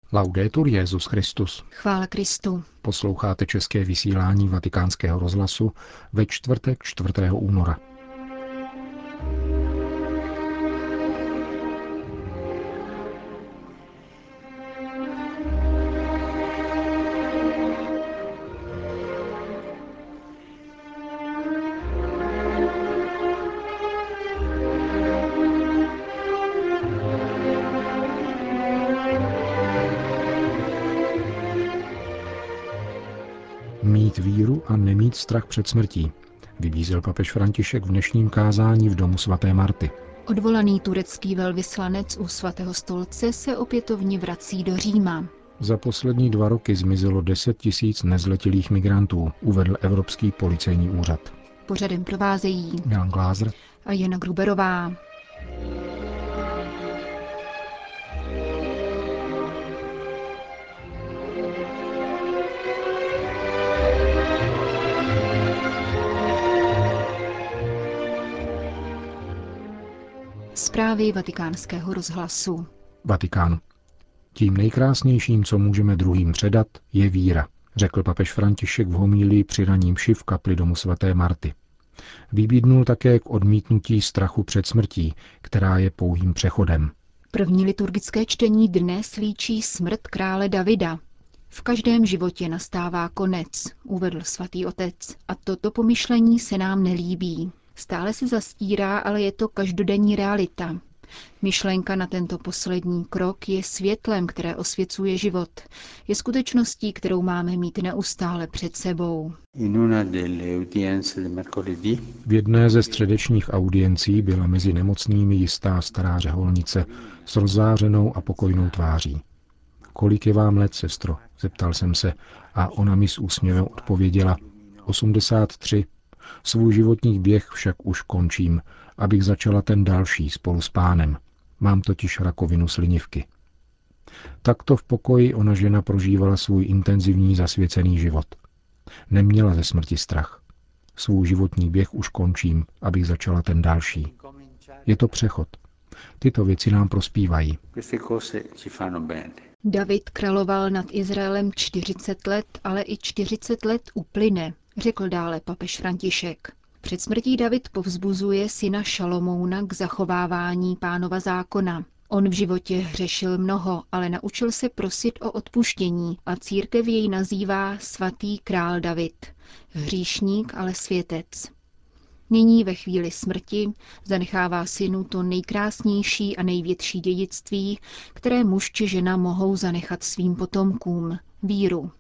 Laudetur Jesus Christus. Chvála Kristu. Posloucháte české vysílání Vatikánského rozhlasu ve čtvrtek 4. února. Mít víru a nemít strach před smrtí, vybízel papež František v dnešním kázání v domu svaté Marty. Odvolaný turecký velvyslanec u svatého stolce se opětovně vrací do Říma. Za poslední 2 roky zmizelo 10 000 nezletilých migrantů, uvedl Evropský policejní úřad. Pořadem provázejí Jan Glázer a Jana Gruberová. Zprávy Vatikánského rozhlasu. Vatikán. Tím nejkrásnějším, co můžeme druhým předat, je víra, řekl papež František v homílii při raní mši v kapli domu svaté Marty. Vybídnul také k odmítnutí strachu před smrtí, která je pouhým přechodem. První liturgické čtení dne slíčí smrt krále Davida. V každém životě nastává konec, uvedl svatý otec, a toto pomyšlení se nám nelíbí. Stále se zastírá, ale je to každodenní realita. Myšlenka na tento poslední krok je světlem, které osvěcuje život. Je skutečností, kterou máme mít neustále před sebou. V jedné ze středečních audiencí byla mezi nemocnými jistá stará řeholnice s rozzářenou a pokojnou tváří. Kolik je vám let, sestro? Zeptal jsem se a ona mi s úsměvem odpověděla 83. Svůj životní běh však už končím, abych začala ten další spolu s Pánem. Mám totiž rakovinu slinivky. Takto v pokoji ona žena prožívala svůj intenzivní zasvěcený život. Neměla ze smrti strach. Svůj životní běh už končím, abych začala ten další. Je to přechod. Tyto věci nám prospívají. David královal nad Izraelem 40 let, ale i 40 let uplyne, řekl dále papež František. Před smrtí David povzbuzuje syna Šalomouna k zachovávání Pánova zákona. On v životě hřešil mnoho, ale naučil se prosit o odpuštění a církev jej nazývá svatý král David. Hříšník, ale světec. Nyní ve chvíli smrti zanechává synu to nejkrásnější a největší dědictví, které muž či žena mohou zanechat svým potomkům – víru.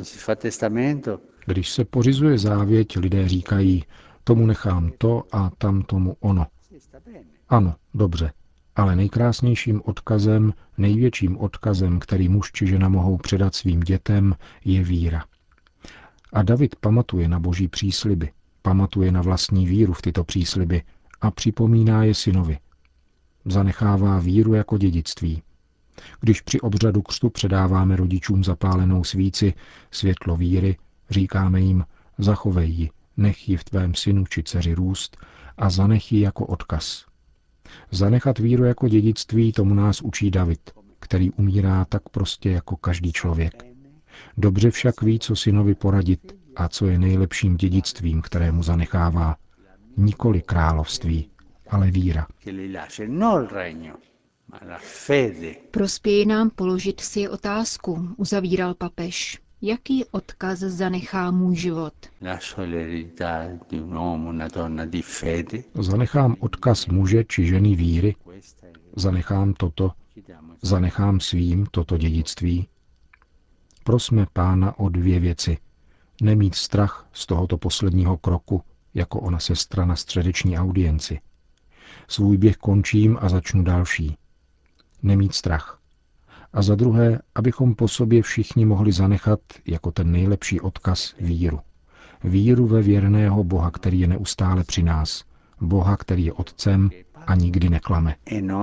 Když se pořizuje závěť, lidé říkají, tomu nechám to a tam tomu ono. Ano, dobře, ale nejkrásnějším odkazem, největším odkazem, který muž či žena mohou předat svým dětem, je víra. A David pamatuje na boží přísliby, pamatuje na vlastní víru v tyto přísliby a připomíná je synovi. Zanechává víru jako dědictví. Když při obřadu křtu předáváme rodičům zapálenou svíci, světlo víry, říkáme jim, zachovej ji, nech ji v tvém synu či dceři růst a zanech ji jako odkaz. Zanechat víru jako dědictví, tomu nás učí David, který umírá tak prostě jako každý člověk. Dobře však ví, co synovi poradit a co je nejlepším dědictvím, kterému zanechává. Nikoli království, ale víra. Prospěje nám položit si otázku, uzavíral papež. Jaký odkaz zanechá můj život? Zanechám odkaz muže či ženy víry? Zanechám toto? Zanechám svým toto dědictví? Prosme Pána o 2 věci. Nemít strach z tohoto posledního kroku, jako ona sestra na středeční audienci. Svůj běh končím a začnu další. Nemít strach. A za druhé, abychom po sobě všichni mohli zanechat jako ten nejlepší odkaz víru. Víru ve věrného Boha, který je neustále při nás. Boha, který je Otcem a nikdy neklame.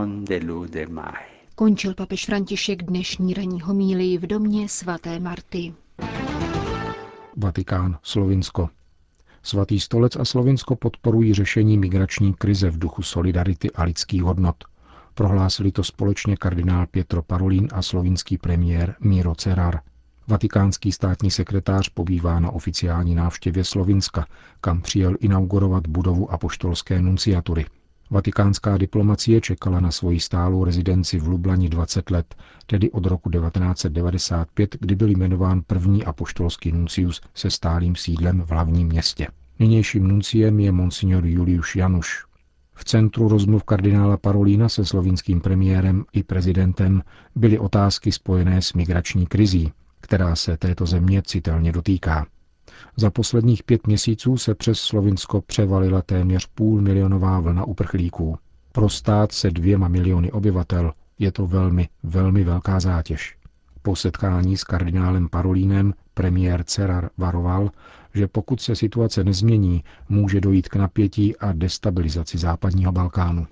Končil papež František dnešní ranní homílii v domě svaté Marty. Vatikán, Slovinsko. Svatý stolec a Slovinsko podporují řešení migrační krize v duchu solidarity a lidských hodnot. Prohlásili to společně kardinál Pietro Parolin a slovinský premiér Miro Cerar. Vatikánský státní sekretář pobývá na oficiální návštěvě Slovinska, kam přijel inaugurovat budovu apoštolské nunciatury. Vatikánská diplomacie čekala na svoji stálou rezidenci v Lublani 20 let, tedy od roku 1995, kdy byl jmenován první apoštolský nuncius se stálým sídlem v hlavním městě. Nynějším nunciem je monsignor Julius Januš. V centru rozmluv kardinála Parolína se slovinským premiérem i prezidentem byly otázky spojené s migrační krizí, která se této země citelně dotýká. Za posledních 5 měsíců se přes Slovinsko převalila téměř půlmilionová vlna uprchlíků. Pro stát se 2 miliony obyvatel je to velmi, velmi velká zátěž. Po setkání s kardinálem Parolínem premiér Cerar varoval, že pokud se situace nezmění, může dojít k napětí a destabilizaci západního Balkánu.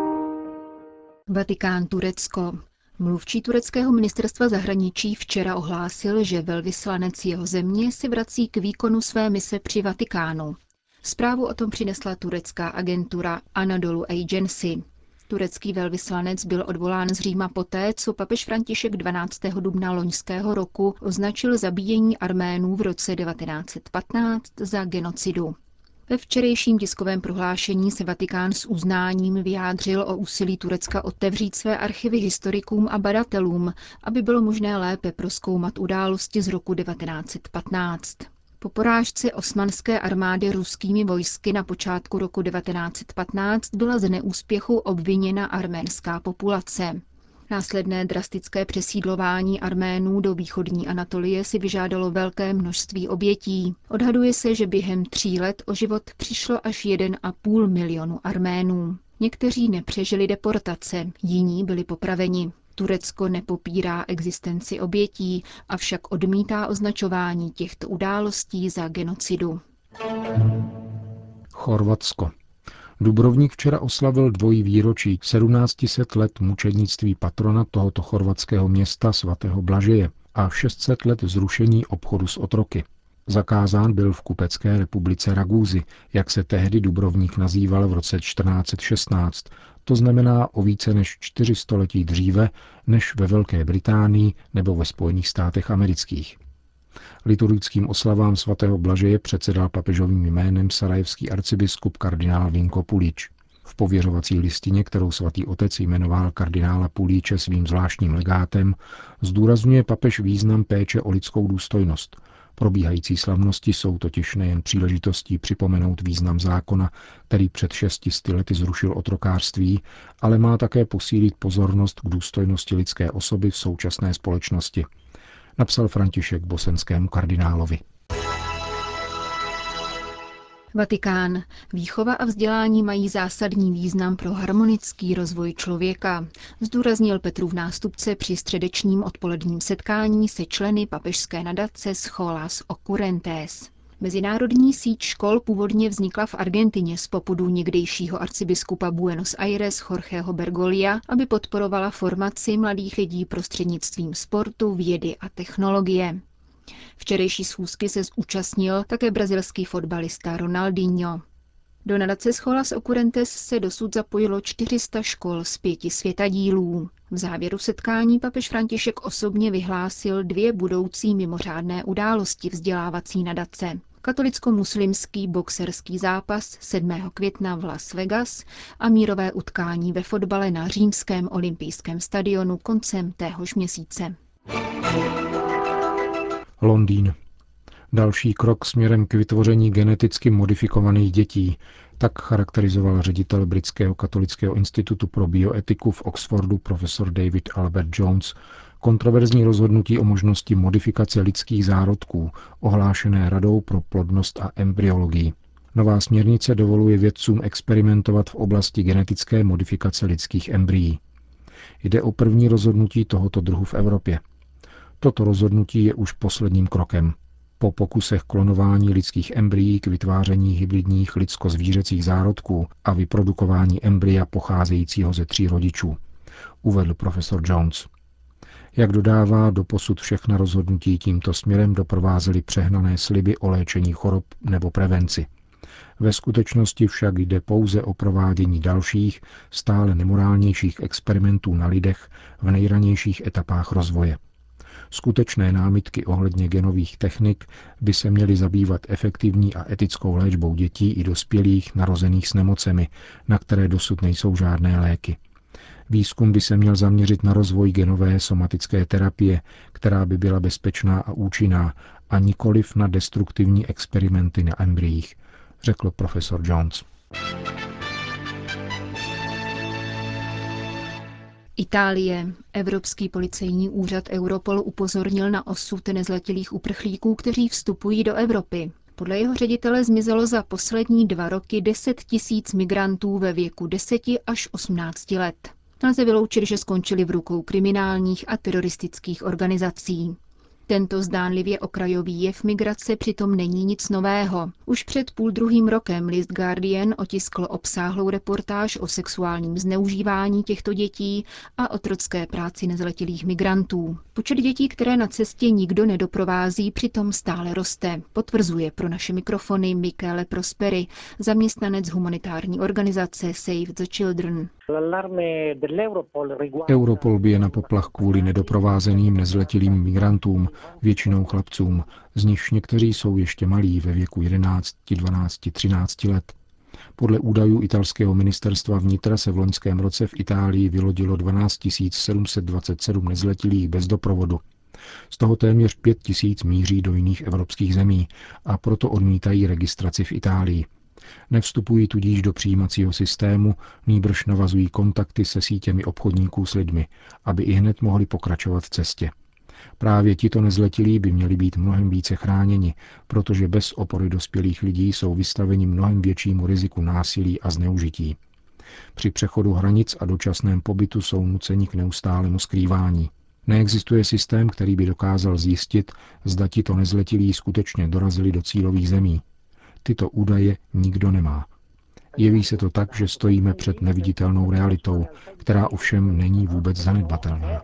Vatikán, Turecko. Mluvčí tureckého ministerstva zahraničí včera ohlásil, že velvyslanec jeho země se vrací k výkonu své mise při Vatikánu. Zprávu o tom přinesla turecká agentura Anadolu Agency. Turecký velvyslanec byl odvolán z Říma poté, co papež František 12. dubna loňského roku označil zabíjení Arménů v roce 1915 za genocidu. Ve včerejším tiskovém prohlášení se Vatikán s uznáním vyjádřil o úsilí Turecka otevřít své archivy historikům a badatelům, aby bylo možné lépe prozkoumat události z roku 1915. Po porážce osmanské armády ruskými vojsky na počátku roku 1915 byla z neúspěchu obviněna arménská populace. Následné drastické přesídlování Arménů do východní Anatolie si vyžádalo velké množství obětí. Odhaduje se, že během 3 let o život přišlo až 1,5 milionu Arménů. Někteří nepřežili deportace, jiní byli popraveni. Turecko nepopírá existenci obětí, avšak odmítá označování těchto událostí za genocidu. Chorvatsko. Dubrovník včera oslavil dvojí výročí 1700 let mučednictví patrona tohoto chorvatského města svatého Blažeje a 600 let zrušení obchodu s otroky. Zakázán byl v kupecké republice Ragúzy, jak se tehdy Dubrovník nazýval v roce 1416, to znamená o více než 4 století dříve než ve Velké Británii nebo ve Spojených státech amerických. Liturgickým oslavám svatého Blažeje předsedal papežovým jménem sarajevský arcibiskup kardinál Vinko Pulič. V pověřovací listině, kterou svatý otec jmenoval kardinála Pulíče svým zvláštním legátem, zdůrazňuje papež význam péče o lidskou důstojnost. Probíhající slavnosti jsou totiž nejen příležitostí připomenout význam zákona, který před 600 lety zrušil otrokářství, ale má také posílit pozornost k důstojnosti lidské osoby v současné společnosti, napsal František bosenskému kardinálovi. Vatikán. Výchova a vzdělání mají zásadní význam pro harmonický rozvoj člověka, zdůraznil Petrův nástupce při středečním odpoledním setkání se členy papežské nadace Scholas Occurrentes. Mezinárodní síť škol původně vznikla v Argentině z popudu někdejšího arcibiskupa Buenos Aires Jorgeho Bergoglia, aby podporovala formaci mladých lidí prostřednictvím sportu, vědy a technologie. Včerejší schůzky se zúčastnil také brazilský fotbalista Ronaldinho. Do nadace Scholas Occurrentes se dosud zapojilo 400 škol z 5 světadílů. V závěru setkání papež František osobně vyhlásil 2 budoucí mimořádné události vzdělávací nadace. Katolicko-muslimský boxerský zápas 7. května v Las Vegas a mírové utkání ve fotbale na římském olympijském stadionu koncem téhož měsíce. Londýn. Další krok směrem k vytvoření geneticky modifikovaných dětí, tak charakterizoval ředitel Britského katolického institutu pro bioetiku v Oxfordu profesor David Albert Jones kontroverzní rozhodnutí o možnosti modifikace lidských zárodků, ohlášené Radou pro plodnost a embryologii. Nová směrnice dovoluje vědcům experimentovat v oblasti genetické modifikace lidských embryí. Jde o první rozhodnutí tohoto druhu v Evropě. Toto rozhodnutí je už posledním krokem. Po pokusech klonování lidských embryí k vytváření hybridních lidsko-zvířecích zárodků a vyprodukování embrya pocházejícího ze 3 rodičů, uvedl profesor Jones. Jak dodává, doposud všechna rozhodnutí tímto směrem doprovázely přehnané sliby o léčení chorob nebo prevenci. Ve skutečnosti však jde pouze o provádění dalších, stále nemorálnějších experimentů na lidech v nejranějších etapách rozvoje. Skutečné námitky ohledně genových technik by se měly zabývat efektivní a etickou léčbou dětí i dospělých narozených s nemocemi, na které dosud nejsou žádné léky. Výzkum by se měl zaměřit na rozvoj genové somatické terapie, která by byla bezpečná a účinná, a nikoliv na destruktivní experimenty na embryích, řekl profesor Jones. Itálie. Evropský policejní úřad Europol upozornil na osud nezletilých uprchlíků, kteří vstupují do Evropy. Podle jeho ředitele zmizelo za poslední 2 roky 10 000 migrantů ve věku 10 až 18 let. Nelze vyloučit, že skončili v rukou kriminálních a teroristických organizací. Tento zdánlivě okrajový jev migrace přitom není nic nového. Už před 1,5 rokem list Guardian otiskl obsáhlou reportáž o sexuálním zneužívání těchto dětí a otrocké práci nezletilých migrantů. Počet dětí, které na cestě nikdo nedoprovází, přitom stále roste, potvrzuje pro naše mikrofony Michele Prosperi, zaměstnanec humanitární organizace Save the Children. Europol bije na poplach kvůli nedoprovázeným nezletilým migrantům, většinou chlapcům, z nichž někteří jsou ještě malí ve věku 11, 12, 13 let. Podle údajů italského ministerstva vnitra se v loňském roce v Itálii vylodilo 12 727 nezletilých bez doprovodu. Z toho téměř 5 000 míří do jiných evropských zemí a proto odmítají registraci v Itálii. Nevstupují tudíž do přijímacího systému, nýbrž navazují kontakty se sítěmi obchodníků s lidmi, aby i hned mohli pokračovat v cestě. Právě tito nezletilí by měli být mnohem více chráněni, protože bez opory dospělých lidí jsou vystaveni mnohem většímu riziku násilí a zneužití. Při přechodu hranic a dočasném pobytu jsou nuceni k neustálému skrývání. Neexistuje systém, který by dokázal zjistit, zda tito nezletilí skutečně dorazili do cílových zemí. Tyto údaje nikdo nemá. Jeví se to tak, že stojíme před neviditelnou realitou, která ovšem není vůbec zanedbatelná.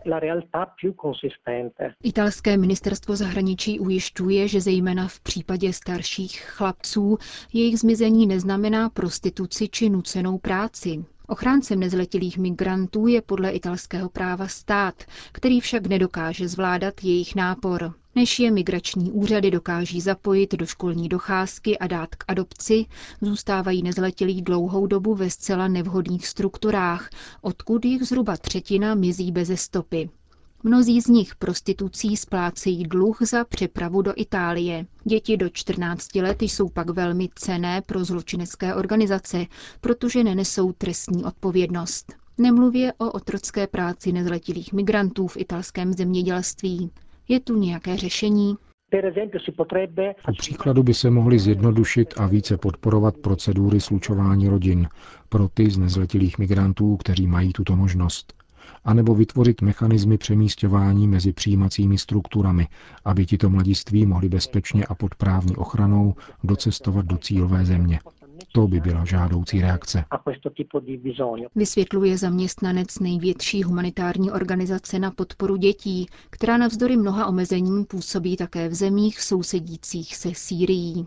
Italské ministerstvo zahraničí ujišťuje, že zejména v případě starších chlapců jejich zmizení neznamená prostituci či nucenou práci. Ochráncem nezletilých migrantů je podle italského práva stát, který však nedokáže zvládat jejich nápor. Než je migrační úřady dokáží zapojit do školní docházky a dát k adopci, zůstávají nezletilí dlouhou dobu ve zcela nevhodných strukturách, odkud jich zhruba 1/3 mizí beze stopy. Mnozí z nich prostitucí splácejí dluh za přepravu do Itálie. Děti do 14 let jsou pak velmi cenné pro zločinecké organizace, protože nenesou trestní odpovědnost. Nemluvě o otrocké práci nezletilých migrantů v italském zemědělství. Je tu nějaké řešení? Ku příkladu by se mohly zjednodušit a více podporovat procedury slučování rodin pro ty z nezletilých migrantů, kteří mají tuto možnost. A nebo vytvořit mechanismy přemísťování mezi přijímacími strukturami, aby tito mladiství mohli bezpečně a pod právní ochranou docestovat do cílové země. To by byla žádoucí reakce. Vysvětluje zaměstnanec největší humanitární organizace na podporu dětí, která navzdory mnoha omezením působí také v zemích sousedících se Sýrií.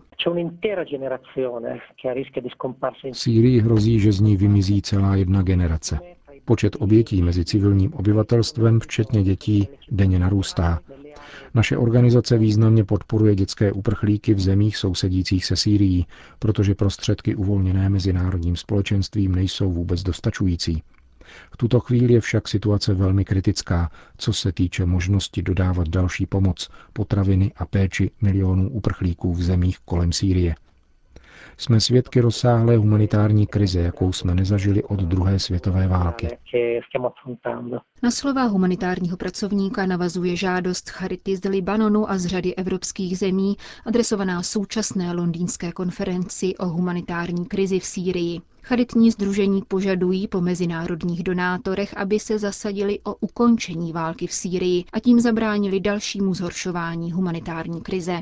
V Sýrii hrozí, že z ní vymizí celá jedna generace. Počet obětí mezi civilním obyvatelstvem, včetně dětí, denně narůstá. Naše organizace významně podporuje dětské uprchlíky v zemích sousedících se Sýrií, protože prostředky uvolněné mezinárodním společenstvím nejsou vůbec dostačující. V tuto chvíli je však situace velmi kritická, co se týče možnosti dodávat další pomoc, potraviny a péči milionů uprchlíků v zemích kolem Sýrie. Jsme svědky rozsáhlé humanitární krize, jakou jsme nezažili od druhé světové války. Na slova humanitárního pracovníka navazuje žádost Charity z Libanonu a z řady evropských zemí, adresovaná současné londýnské konferenci o humanitární krizi v Sýrii. Charitní sdružení požadují po mezinárodních donátorech, aby se zasadili o ukončení války v Sýrii a tím zabránili dalšímu zhoršování humanitární krize.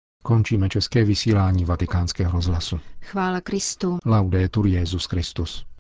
Končíme české vysílání Vatikánského rozhlasu. Chvála Kristu. Laudetur Jesus Christus.